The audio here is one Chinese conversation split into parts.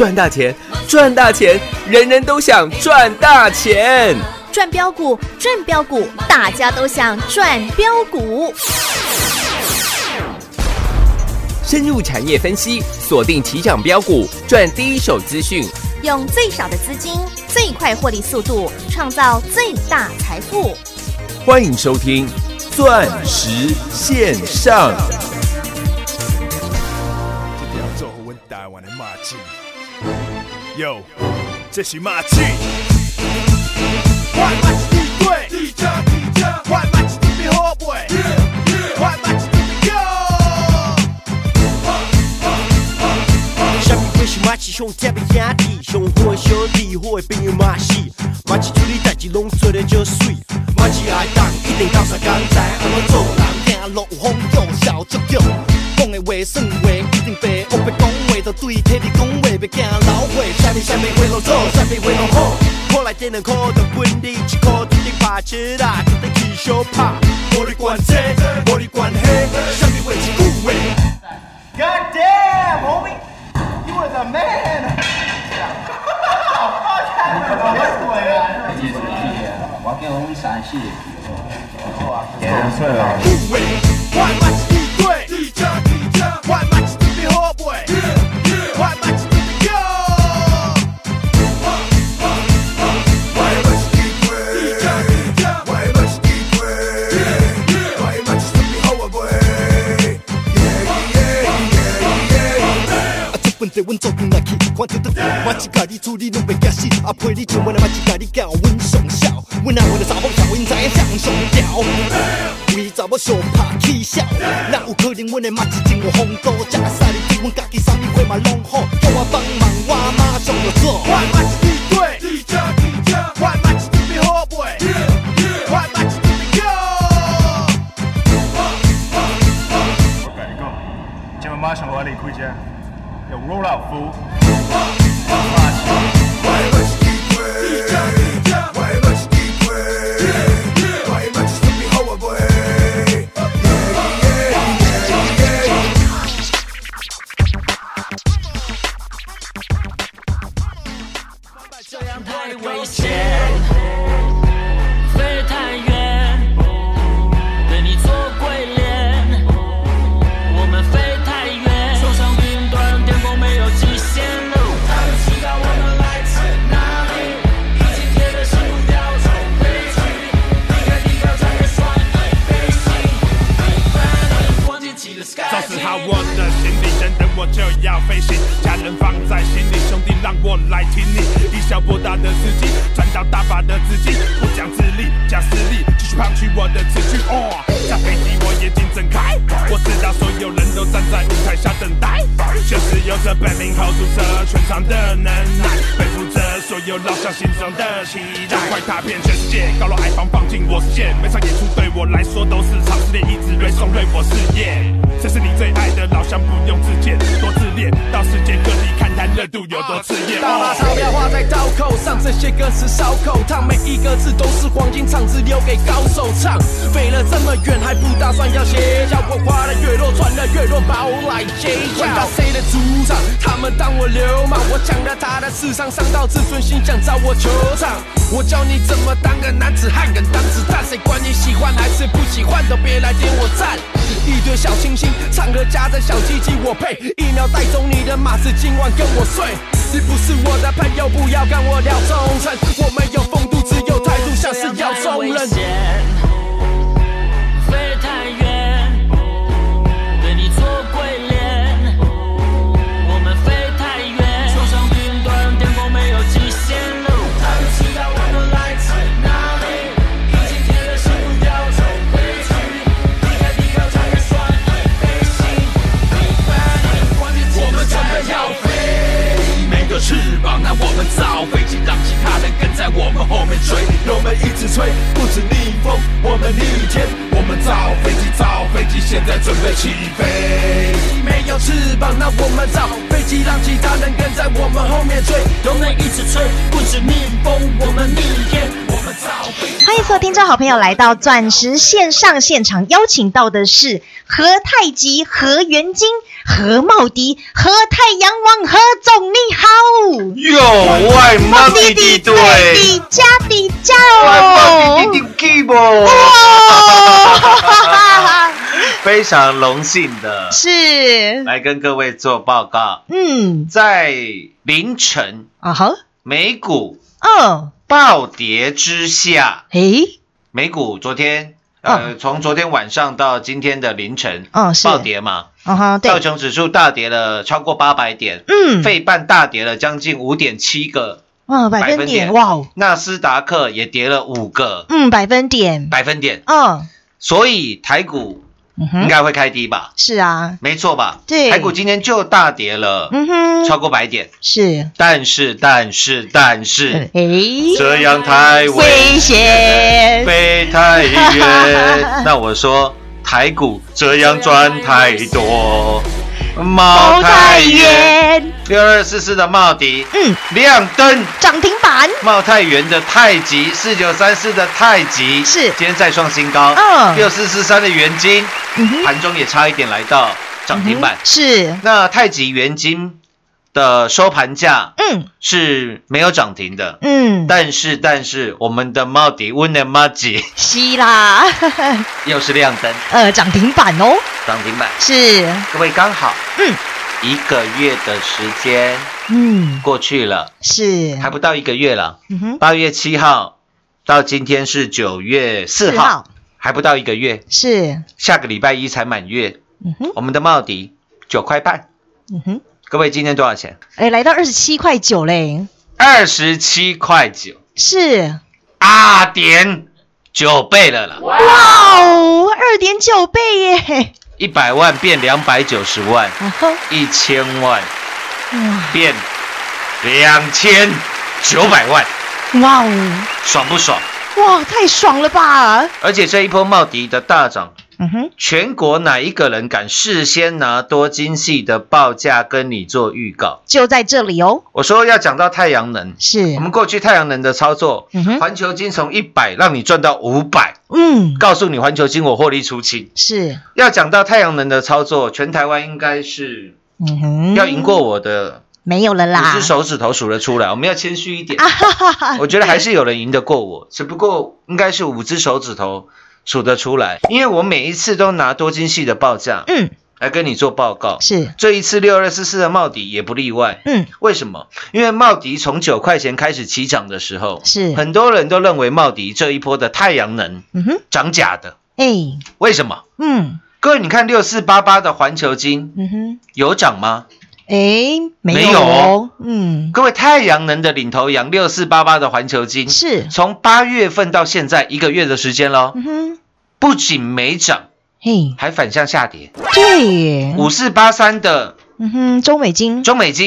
赚大钱，赚大钱，人人都想赚大钱。 赚标股，赚标股，大家都想赚标股。 深入产业分析，锁定起涨标股，赚第一手资讯， 用最少的资金，最快获利速度，创造最大财富。 欢迎收听钻石线上。 哟，这是马季。换马季地对，地价，换马季地边好背，换马季地边哟。什么会是马季上特别兄弟，上好的兄弟，好的朋友嘛是。马季处理代志拢做得就水，马季爱当一定到啥工在，安怎做人行路有风度，笑足足。讲的话算话，一定白。我要讲话就对体你讲话，别惊老话。啥物话拢做，啥物话拢好。考来点两块就分你一块，注定拍车啦，注定去小拍。无你管这，无你管那，啥物话一句话。God damn, homie, you was a man. 我叫洪山系， 也是了。换马季地对，地价，换马季地边好背，换马季地边哟。换马季地对，地价，换马季地对，换马季地边好背。啊，这问题阮做阵来去，看到得马季甲你处理拢袂惊死，啊陪你上班的马季甲你教阮上孝。阮阿为了查某查因知影谁上吊，为查某相拍起笑，哪有可能阮的马是真有风度？食个赛哩比阮家己啥物货嘛拢好，叫我帮忙我马上就做。换马是地对，地价，换马是地边好背，换马是地边哟。我甲你讲，今晚马上我离开这，要 roll out fool。马是，换马是地对，地价，换马是。心中的期待，快踏遍全世界，高楼矮房放进我视线。每场演出对我来说都是场试炼，一直锐送锐我事业。这是你最爱的老乡，不用自荐，多自恋，到世界各地看看热度有多炽烈。 大把钞票花在刀口上，这些歌词烧口烫，每一个字都是黄金，唱只留给高手唱。飞了这么远，还不打算要歇脚？我花的越多，赚的越多，把我来揭晓。管他谁的主场，他们当我流氓，我抢了他的市场，伤到自尊心，想找我球场。我教你怎么当个男子汉，跟当子弹，谁管你喜欢还是不喜欢，都别来点我赞。一堆小清新，唱歌夹着小鸡鸡，我配1秒带走你的马子，今晚跟我睡。你不是我的朋友，不要跟我聊忠诚。我没有风度，只有态度，像是要冲人。 飞太远，对你做鬼脸。我们飞太远，冲上云端，天空没有极限路。他们知道我们来自哪里，已经贴了心不要走回去。离开地高，才能算飞行。 我们准备要飞，没有翅膀，那我们造飞机，让其他人跟在我们后面追。 我们一直吹，不止逆风，我们逆天。我们造飞机，现在准备起飞。 没有翅膀，那我们造飞机。 击，让其他人跟在我们后面追， 都能一直吹，不止逆风，我们逆天，我们造兵。 欢迎所有听众好朋友来到钻石线上现场，邀请到的是何太极、何元金、何茂迪、何太阳王何总，你好。 哟，外茂弟弟对， 底加外哦， 茂弟弟 keep 非常荣幸的是来跟各位做报告。 嗯在凌晨啊哈美股嗯暴跌之下， 诶美股昨天嗯从昨天晚上到今天的凌晨是暴跌嘛， 啊哈对道琼指数大跌了超过800点，费半大跌了将近5.7个百分点哇哦纳斯达克也跌了5个百分点所以台股应该会开低吧？ 是啊没错吧？ 对台股今天就大跌了超过100点， 是但是诶这样太危险，飞太远。那我说台股这样赚太多，茂太远6244的茂迪亮灯涨停板， 茂太元的太极4934的太极是今天再创新高6443的元金盘中也差一点来到涨停板是那太极元金的收盘价是没有涨停的但是我们的茂迪温的茂吉是啦又是亮灯涨停板哦， 涨停板是各位刚好1个月的时间过去了是还不到1个月了8月7号到今天是9月4号还不到1个月是下个礼拜一才满月我们的茂迪9块半各位今天多少钱？ 来到27.9块嘞 27.9块是 2.9倍了啦哇哦2.9倍耶 100万变290万1000万变2900万哇哦爽不爽？ 哇太爽了吧而且这一波茂迪的大涨全国哪一个人敢事先拿多晶系的报价跟你做预告？ 就在这里哦。 我说要讲到太阳能， 是我们过去太阳能的操作，环球金从100让你赚到500，告诉你环球金我获利出清。是要讲到太阳能的操作，全台湾应该是要赢过我的。 没有了啦， 5只手指头数得出来，我们要谦虚一点。我觉得还是有人赢得过我，只不过应该是5只手指头数得出来，因为我每一次都拿多晶系的报价，来跟你做报告。是这一次6244的茂迪也不例外。为什么？因为茂迪从9块钱开始起涨的时候，是很多人都认为茂迪这一波的太阳能，涨假的。为什么？各位你看6488的环球金，有涨吗？没有哦。各位太阳能的领头羊6488的环球金是从8月份到现在1个月的时间咯，不仅没涨，还反向下跌。对，5483的中美金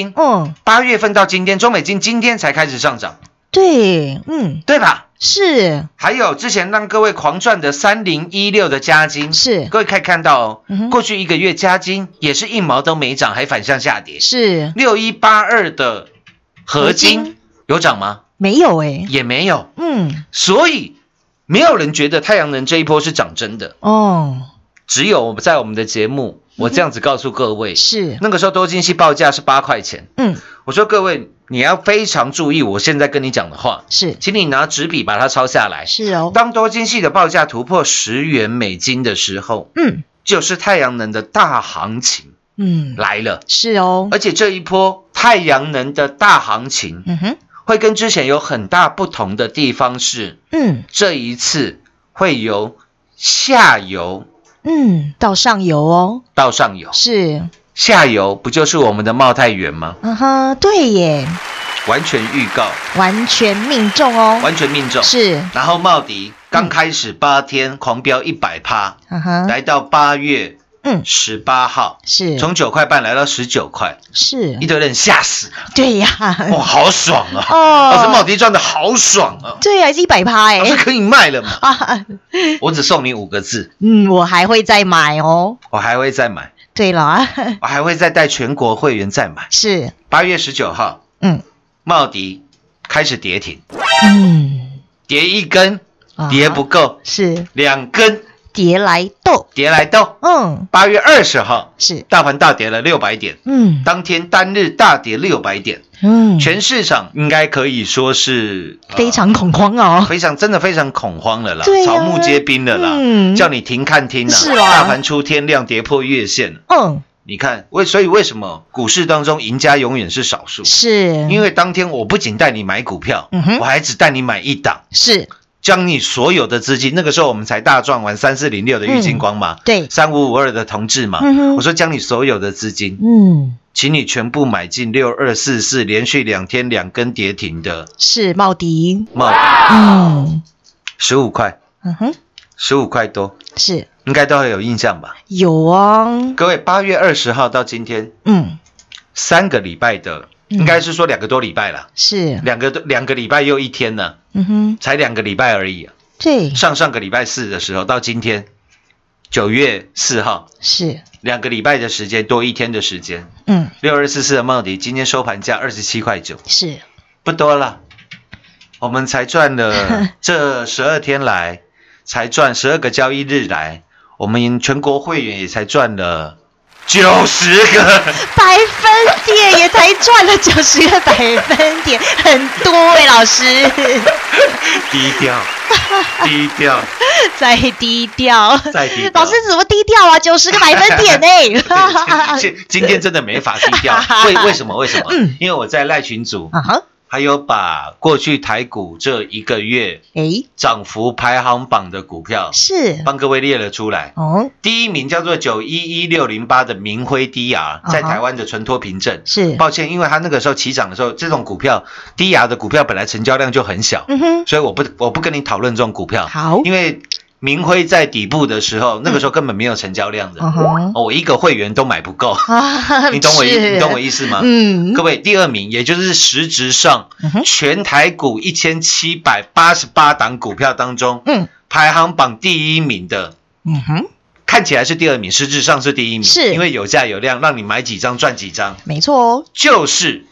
，8月份到今天，中美金今天才开始上涨。对，对吧？是。还有之前让各位狂赚的3016的嘉金，是各位可以看到哦，过去1个月嘉金也是1毛都没涨，还反向下跌。是6182的合金有涨吗？没有也没有。所以没有人觉得太阳能这一波是涨真的哦，只有我们在我们的节目，我这样子告诉各位，是那个时候多晶系报价是8块钱。我说各位。你要非常注意我现在跟你讲的话，是，请你拿纸笔把它抄下来。是哦，当多晶系的报价突破10元美金的时候，就是太阳能的大行情，来了。是哦，而且这一波太阳能的大行情，会跟之前有很大不同的地方是，这一次会由下游，到上游哦，到上游是。下游不就是我们的茂泰元吗？对耶，完全预告，完全命中哦，完全命中是。然后茂迪刚开始8天狂飙100%，来到8月18号是从9块半来到19块，是一堆人吓死。对呀，哇，好爽啊！老师茂迪赚的好爽啊！对呀，是100%哎，老师可以卖了嘛？我只送你5个字，我还会再买哦，我还会再买。 对了， 我还会再带全国会员再买。 是 8月19号，茂迪开始跌停，跌一根，跌不够， 是 2根， 跌来斗 ，8月20号是大盘大跌了600点，当天单日大跌600点，全市场应该可以说是非常恐慌哦， 真的非常恐慌了啦， 对啊草木皆兵了啦，叫你停看听啦， 是啊， 大盘出天量跌破月线，你看所以为什么股市当中赢家永远是少数？ 是因为当天我不仅带你买股票，我还只带你买一档， 是将你所有的资金，那个时候我们才大赚完3406的玉金光嘛， 对 ，3552的同志嘛，我说将你所有的资金，请你全部买进6244连续2天2根跌停的， 是茂迪 ，15块，15块多， 是应该都会有印象吧？ 有啊， 各位，8月20号到今天，3个礼拜的，应该是说2个多礼拜了， 是两个礼拜又1天呢，才2个礼拜而已， 对， 上个礼拜4的时候到今天9月4号是 2个礼拜的时间多1天的时间，6244的茂迪今天收盘价27.9块， 是不多了，我们才赚了这12天来，才赚12个交易日来，我们全国会员也才赚了90个百分点，也才赚了90个百分点，很多老师。 低调， 再低调， 老师怎么低调啊？90个百分点呢？ 今天真的没法低调，为什么？因为我在赖群组。还有把过去台股这1个月涨幅排行榜的股票是帮各位列了出来。第一名叫做911608的明辉 DR， 在台湾的存托凭证。是，抱歉，因为他那个时候起涨的时候，这种股票低 R 的股票本来成交量就很小，所以我不跟你讨论这种股票。好，因为明辉在底部的时候，那个时候根本没有成交量的，我1个会员都买不够，你懂我意思吗？各位，第2名，也就是实质上全台股1788档股票当中，排行榜第1名的，看起来是第2名，实质上是第1名，是因为有价有量，让你买几张赚几张， 没错哦， 就是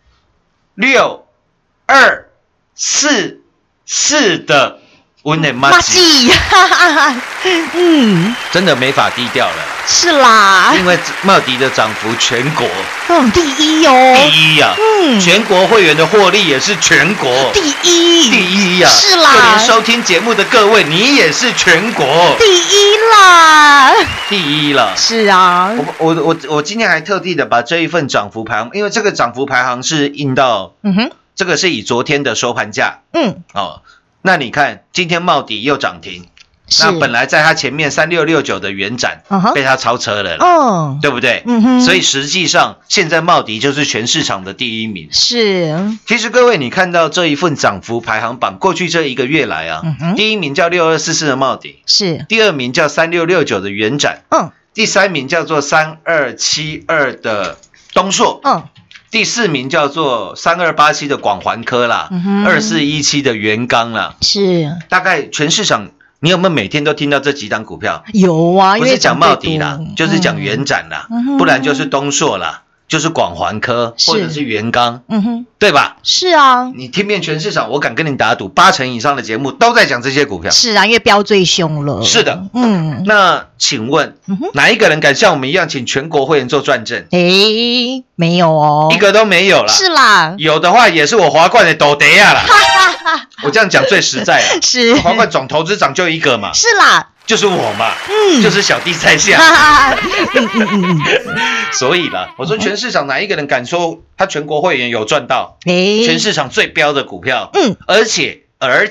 6244的。温内马吉，真的没法低调了， 是啦， 因为茂迪的涨幅全国第1哦， 第1呀，全国会员的获利也是全国第1 呀， 是啦， 就连收听节目的各位，你也是全国第1了，是啊， 我今天还特地的把这一份涨幅排行，因为这个涨幅排行是印到，这个是以昨天的收盘价，那你看，今天茂迪又涨停，那本来在它前面3669的元展被它超车了啦，对不对？所以实际上现在茂迪就是全市场的第1名。是，其实各位你看到这一份涨幅排行榜，过去这1个月来啊，第1名叫6244的茂迪，是第2名叫3669的元展，第3名叫做3272的东硕，第4名叫做3287的广环科啦，2417的元刚啦，是大概全市场，你有没有每天都听到这几档股票？ 有啊， 不是讲茂迪啦，就是讲元展啦，不然就是东硕啦，就是广环科或者是元刚，对吧？是啊，你听遍全市场，我敢跟你打赌，8成以上的节目都在讲这些股票。 是啊，因为飙最凶了。是的， 那请问哪一个人敢像我们一样请全国会员做转正？ 没有哦， 一个都没有啦。是啦，有的话也是我华冠的斗得呀啦。我这样讲最实在了，是华冠总投资长就1个嘛。是啦。就是我嘛，就是小弟在下，所以啦，我说全市场哪一个人敢说他全国会员有赚到？全市场最标的股票，而且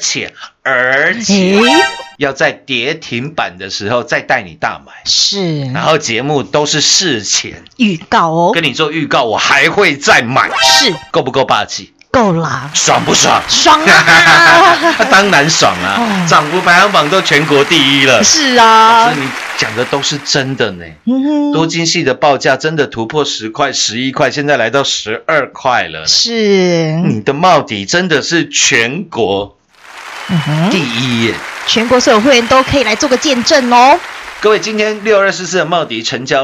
要在跌停板的时候再带你大买，是，然后节目都是事前预告哦， 跟你做预告，我还会再买，是，够不够霸气？ 够啦， 爽不爽？ 爽啊！ 当然爽啊！涨幅排行榜都全国第1了。是啊，老师你讲的都是真的呢。多晶系的报价真的突破10块、11块，现在来到12块了。是，你的茂迪真的是全国第1耶！全国所有会员都可以来做个见证哦。 各位，今天6244的茂迪成交量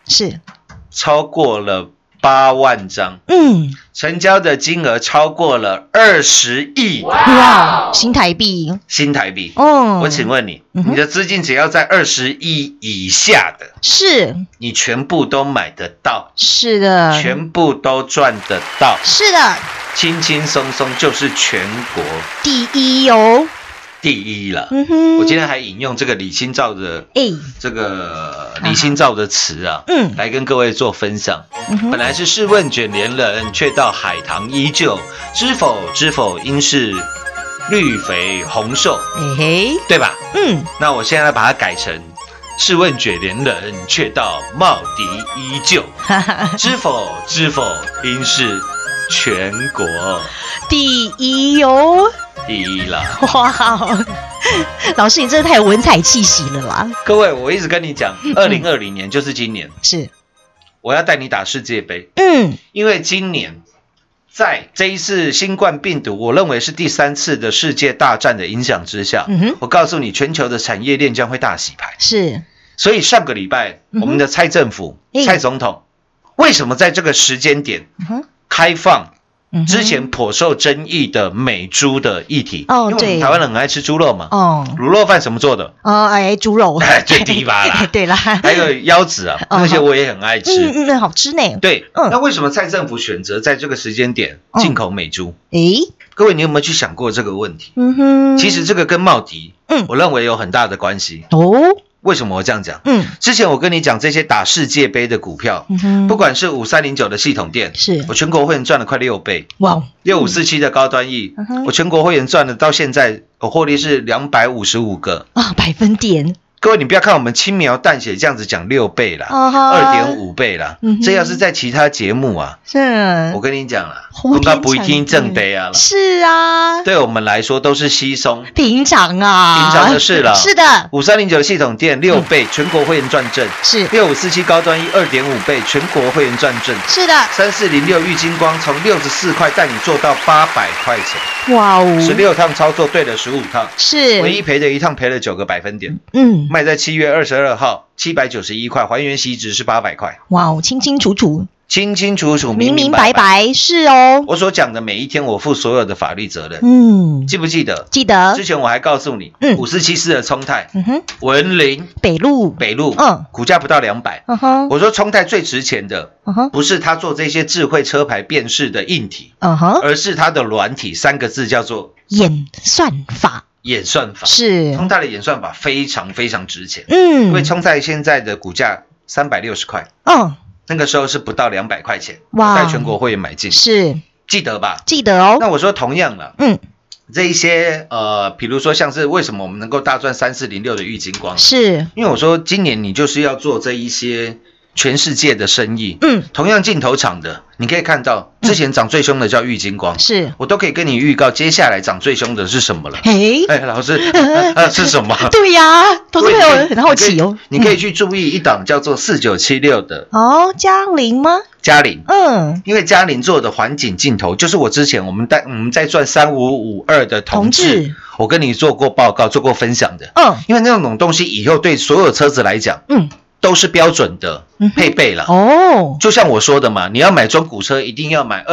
是超过了8万张，成交的金额超过了20亿， 哇，新台币， 我请问你，你的资金只要在20亿以下的， 是你全部都买得到， 是的， 全部都赚得到， 是的， 轻轻松松就是全国第一哦。 第一了，我今天还引用这个李清照的这个李清照的词啊，来跟各位做分享。本来是试问卷连人，却道海棠依旧。知否，应是绿肥红瘦，对吧？那我现在把它改成试问卷连人，却道茂迪依旧。知否，应是全国第一哟。 第一了， 哇！老师，你真的太有文采气息了啦！ 各位，我一直跟你讲，2020年就是今年， 是我要带你打世界杯。因为今年在这一次新冠病毒，我认为是第3次的世界大战的影响之下，我告诉你，全球的产业链将会大洗牌。 是， 所以上个礼拜，我们的蔡政府、蔡总统，为什么在这个时间点开放？之前颇受争议的美猪的议题，因为我们台湾人很爱吃猪肉嘛，卤肉饭什么做的？ 猪肉， 最低吧啦， 对啦， 还有腰子啊，那些我也很爱吃， 好吃呢。 对，那为什么蔡政府选择在这个时间点进口美猪？各位，你有没有去想过这个问题？其实这个跟茂迪，我认为有很大的关系。为什么我这样讲？之前我跟你讲这些打世界杯的股票，不管是5309的系统店， 是我全国会员赚了快6倍。 哇 ，6547的高端 E，我全国会员赚了到现在，我获利是255个百分点。 各位，你不要看我们轻描淡写这样子讲6倍啦，2.5倍啦，这要是在其他节目啊，我跟你讲啦，公告不一定正得啊， 是啊， 对我们来说都是稀松平常的事了。是的 ，5309的系统店6倍，全国会员赚正； 是 6547高端 E 2.5倍，全国会员赚正。 是的 3406玉金光从64块带你做到800块钱， 哇哦 ，16趟操作对了15趟， 是唯一赔的一趟赔了9个百分点。卖在7月22号791块，还原息值是800块。 哇哦，清清楚楚， 明明白白，是哦。 我所讲的每一天，我负所有的法律责任。记不记得？ 记得。 之前我还告诉你，5474的聪泰，文林北路， 股价不到200。我说聪泰最值钱的，不是他做这些智慧车牌辨识的硬体，而是它的软体，3个字叫做演算法。是聪泰的演算法非常非常值钱，因为聪泰现在的股价360块，那个时候是不到200块钱，我带全国会员买进， 是记得吧？ 记得哦。 那我说同样了，这一些比如说像是为什么我们能够大赚3406的玉金光， 是因为我说今年你就是要做这一些全世界的生意，同样镜头厂的，你可以看到之前涨最凶的叫玉金光， 是我都可以跟你预告接下来涨最凶的是什么了。老师，是什么？ 对呀，投资朋友很好奇哦。 你可以去注意一档叫做4976的嘉陵吗？ 嘉陵，因为嘉陵做的环景镜头，就是我之前我们在赚3552的同志，我跟你做过报告、做过分享的，因为那种东西以后对所有车子来讲，都是标准的配备了。就像我说的嘛，你要买中古车，一定要买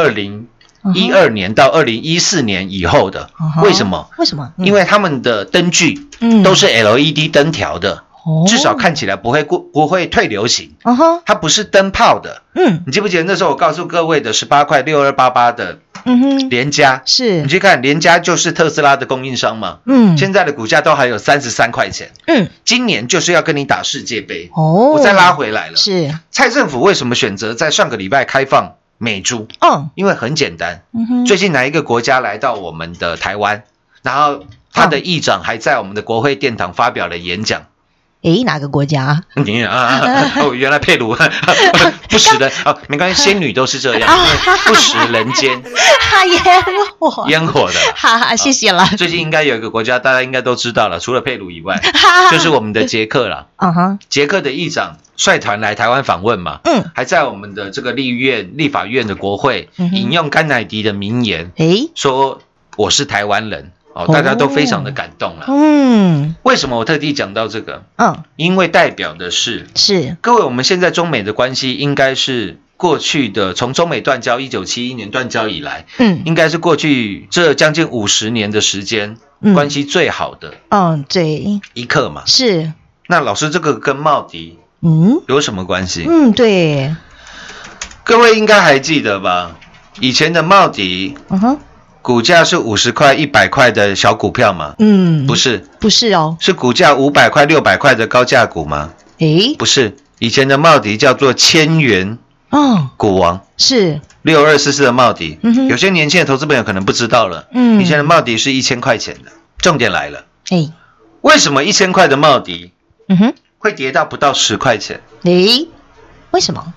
2012年到2014年以后的。为什么？因为他们的灯具都是 LED 灯条的，至少看起来不会退流行。它不是灯泡的。你记不记得那时候我告诉各位的18块6288的联嘉， 是你去看联嘉就是特斯拉的供应商嘛，现在的股价都还有33块钱，今年就是要跟你打世界杯，我再拉回来了。 是蔡政府为什么选择在上个礼拜开放美猪？因为很简单，最近哪一个国家来到我们的台湾，然后他的议长还在我们的国会殿堂发表了演讲。 哪个国家？ 原来佩鲁不食人没关系，仙女都是这样，不食人间，烟火的。 谢谢了。 最近应该有一个国家大家应该都知道了，除了佩鲁以外，就是我们的捷克了。捷克的议长率团来台湾访问嘛，还在我们的这个立法院的国会引用甘乃迪的名言，说我是台湾人， 大家都非常的感动了。为什么我特地讲到这个？因为代表的是各位，我们现在中美的关系应该是过去的从中美断交1971年断交以来，应该是过去这将近50年的时间，关系最好的对一刻嘛。 是。 那老师，这个跟茂迪有什么关系？ 对， 各位应该还记得吧？以前的茂迪，股价是50块、100块的小股票吗？不是哦， 是股价500块、600块的高价股吗？不是，以前的茂迪叫做1000元股王， 是 6244的茂迪。有些年轻的投资朋友可能不知道了，以前的茂迪是1000块钱的。重点来了，为什么1000块的茂迪会跌到不到10块钱？ 为什么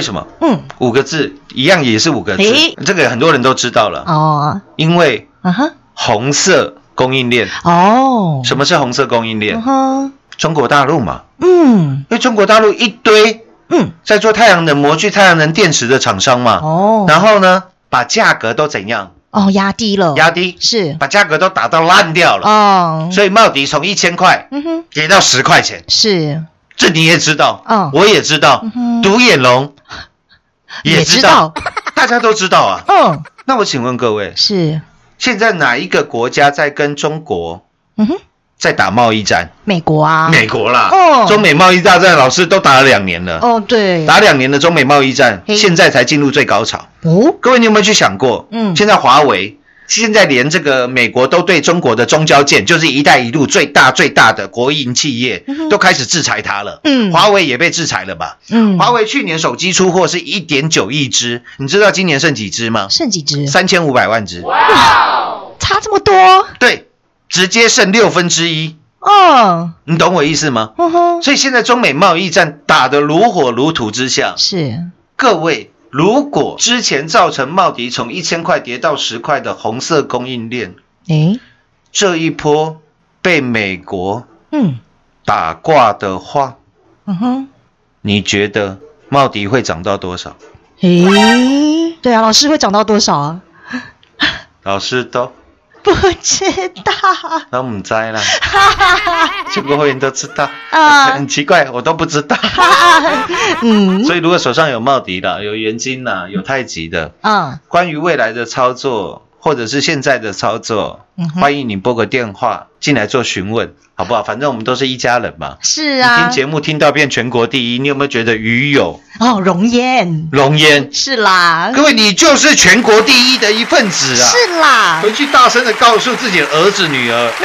？5个字，一样也是5个字，这个很多人都知道了。因为红色供应链。什么是红色供应链？中国大陆嘛。因为中国大陆一堆在做太阳能模具、太阳能电池的厂商嘛。然后呢，把价格都怎样？ 压低了，是把价格都打到烂掉了。所以茂迪从1000块跌到10块钱。 是。 这你也知道，我也知道，独眼龙也知道，大家都知道啊。那我请问各位， 是现在哪一个国家在跟中国在打贸易战？ 美国啊， 美国啦。中美贸易大战，老师都打了2年了。 对， 打2年的中美贸易战，现在才进入最高潮。各位，你有没有去想过？现在华为。现在连这个美国都对中国的中交建，就是一带一路最大的国营企业，都开始制裁它了。华为也被制裁了吧？华为去年手机出货是1.9亿只，你知道今年剩几只吗？ 剩几只 ？3500万只。 哇，差这么多？ 对，直接剩1/6。你懂我意思吗？所以现在中美贸易战打得如火如荼之下， 是各位。如果之前造成茂迪从1000块跌到10块的红色供应链，这一波被美国打挂的话，你觉得茂迪会涨到多少？ 对啊，老师会涨到多少啊？ 老师都不知道， 都不知啦。全国会员都知道，很奇怪，我都不知道。所以如果手上有茂迪的、有元晶的、有太极的，关于未来的操作或者是现在的操作，欢迎你拨个电话进来做询问，好不好？反正我们都是一家人嘛。 是啊， 你听节目听到变全国第一，你有没有觉得鱼有荣焉？ 荣焉是啦， 各位，你就是全国第一的一份子啊！ 是啦， 回去大声的告诉自己的儿子女儿，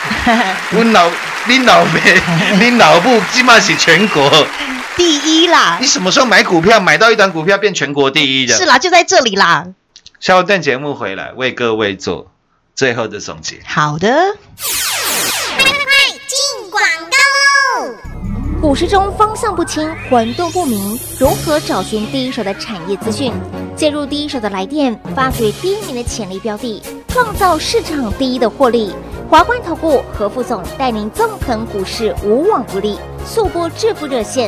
恁老妹、恁老母基本上是全国第一啦！ 你什么时候买股票买到一档股票变全国第一的？ 是啦，就在这里啦。 下一段节目回来为各位做最后的总结。 好的。 进广告喽！股市中方向不清、混沌不明，如何找寻第一手的产业资讯？介入第一手的来电，发掘第一名的潜力标的，创造市场第一的获利。华冠投顾何副总带领纵横股市，无往不利。速播致富热线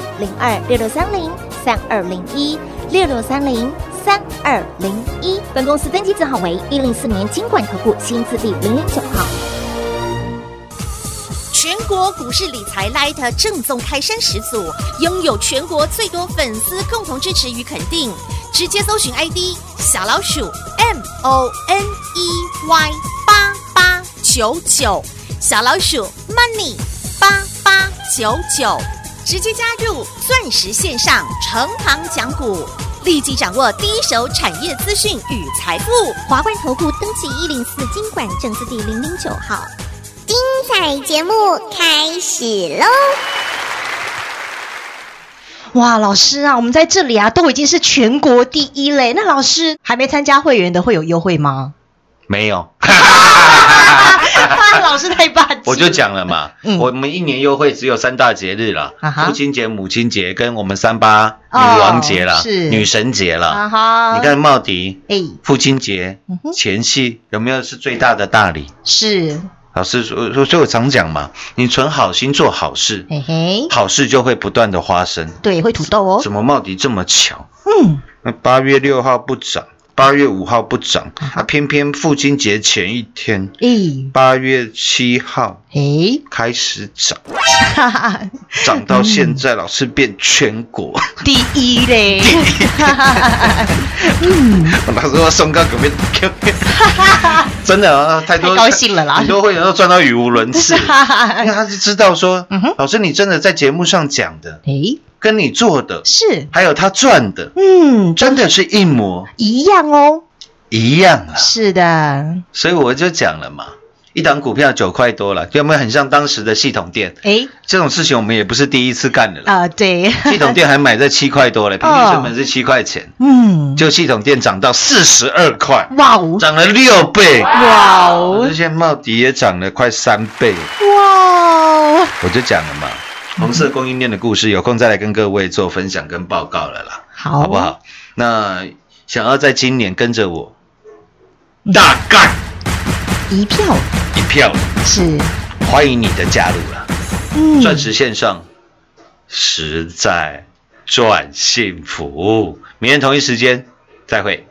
026630320166303201。本公司登记字号为104年金管投顾新字第009号。 全国股市理财 Light 正宗开山始祖，拥有全国最多粉丝共同支持与肯定。直接搜寻 ID 小老鼠 MONEY8899， 小老鼠 Money 8899，直接加入钻石线上成行讲股，立即掌握第一手产业资讯与财富。 华冠投顾登记104金管证字第009号。精彩节目开始喽！ 哇，老师啊，我们在这里啊都已经是全国第一嘞。那老师还没参加会员的会有优惠吗？ 没有。 老师太霸气了。 我就讲了嘛，我们一年优惠只有3大节日啦，父亲节、母亲节跟我们38女王节啦，女神节啦。你看茂迪，父亲节前夕有没有是最大的大礼？ 是。 老师说，所以我常讲嘛，你存好心做好事，好事就会不断的发生。 对，会土豆哦。 怎么茂迪这么巧？那8月6号不涨 8月5号不涨，偏偏父亲节前一天，8月7号开始涨，涨到现在，老师变全国第一嘞！ 老师我送到隔壁，真的啊，太高兴了啦！ 很多会员都赚到语无伦次，因为他就知道说，老师你真的在节目上讲的，跟你做的是， 还有他赚的，真的是一模一样哦， 一样啊， 是的， 所以我就讲了嘛，一档股票9块多了，有没有很像当时的系统店？这种事情我们也不是第一次干的了对， 系统店还买在7块多了，平均成本是7块钱，就系统店涨到42块， 哇哦， 涨了6倍， 哇哦， 这些茂迪也涨了快3倍， 哇， 我就讲了嘛。红色供应链的故事，有空再来跟各位做分享跟报告了啦，好不好？那想要在今年跟着我，大概一票是欢迎你的加入了。钻石线上实在赚幸福。明天同一时间再会。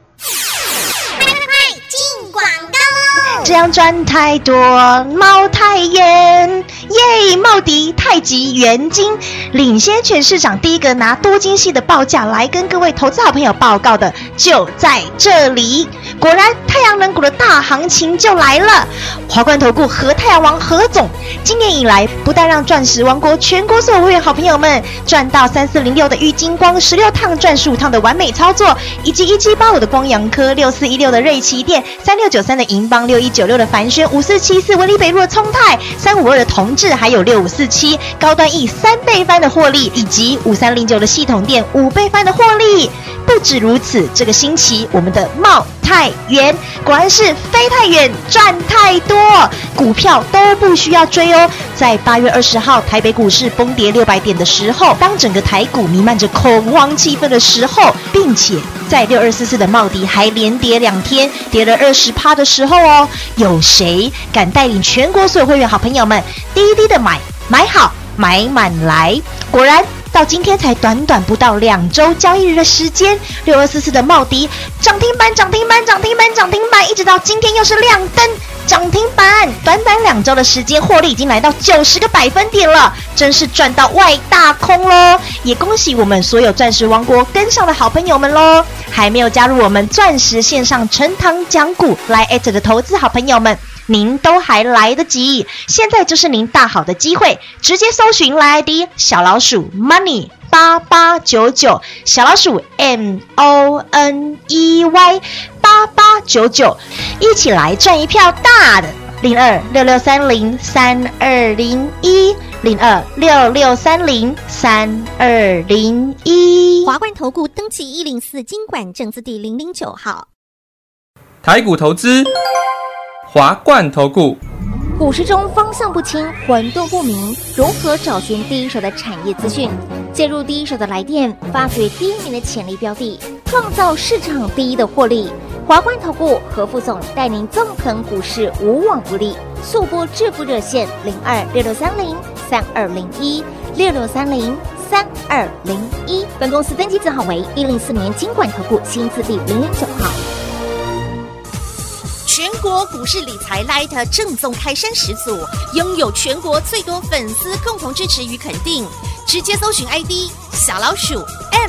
这样赚太多，毛太远，耶！茂迪、太极、元金领先全市场，第一个拿多晶系的报价来跟各位投资好朋友报告的，就在这里。果然，太阳能股的大行情就来了。华冠投顾何太阳王何总，今年以来不但让钻石王国全国所有会员好朋友们赚到3406的玉晶光16趟赚15趟的完美操作，以及1785的光阳科、6416的瑞奇电、3693的银邦、6196的凡轩、5474文理北路的聪泰、3552的同志，还有6547高端 E 3倍翻的获利，以及5309的系统店5倍翻的获利。不止如此，这个星期我们的茂太远果然是飞太远赚太多，股票都不需要追哦。在8月20号台北股市崩跌600点的时候，当整个台股弥漫着恐慌气氛的时候，并且在6244的茂迪还连跌2天，跌了20%的时候哦，有谁敢带领全国所有会员好朋友们低低的买好买满来？果然到今天才短短不到2周交易日的时间，6244的茂迪涨停板，一直到今天又是亮灯涨停板，短短2周的时间，获利已经来到90个百分点了，真是赚到外大空咯！也恭喜我们所有钻石王国跟上的好朋友们咯！还没有加入我们钻石线上陈堂讲股来@的投资好朋友们，您都还来得及，现在就是您大好的机会，直接搜寻来 ID 小老鼠 Money 8899，小老鼠 MONEY 8899，一起来赚一票大的！0266303201，0266303201。 华冠投顾登记104金管证字第009号。 台股投资，华冠投顾。 股市中方向不清、混沌不明，如何找寻第一手的产业资讯？介入第一手的来电，发掘第一名的潜力标的，创造市场第一的获利。华冠投顾何副总带领纵横股市，无往不利。速播致富热线0266303201，66303201。本公司登记字号为104年金管投顾新字第009号。 全国股市理财 Light 正宗开山始祖，拥有全国最多粉丝共同支持与肯定。直接搜寻 ID 小老鼠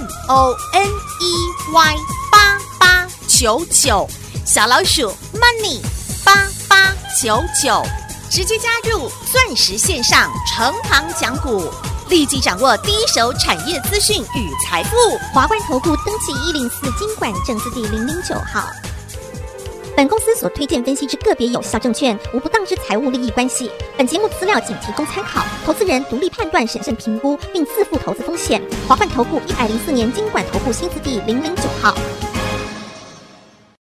MONEY8899， 小老鼠 Money 8899，直接加入钻石线上成行讲股，立即掌握第一手产业资讯与财富。 华冠投顾登记104金管证字第009号。本公司所推荐分析之个别有效证券，无不当之财务利益关系。本节目资料仅提供参考，投资人独立判断、审慎评估，并自负投资风险。华冠投顾104年金管投顾新字第009号。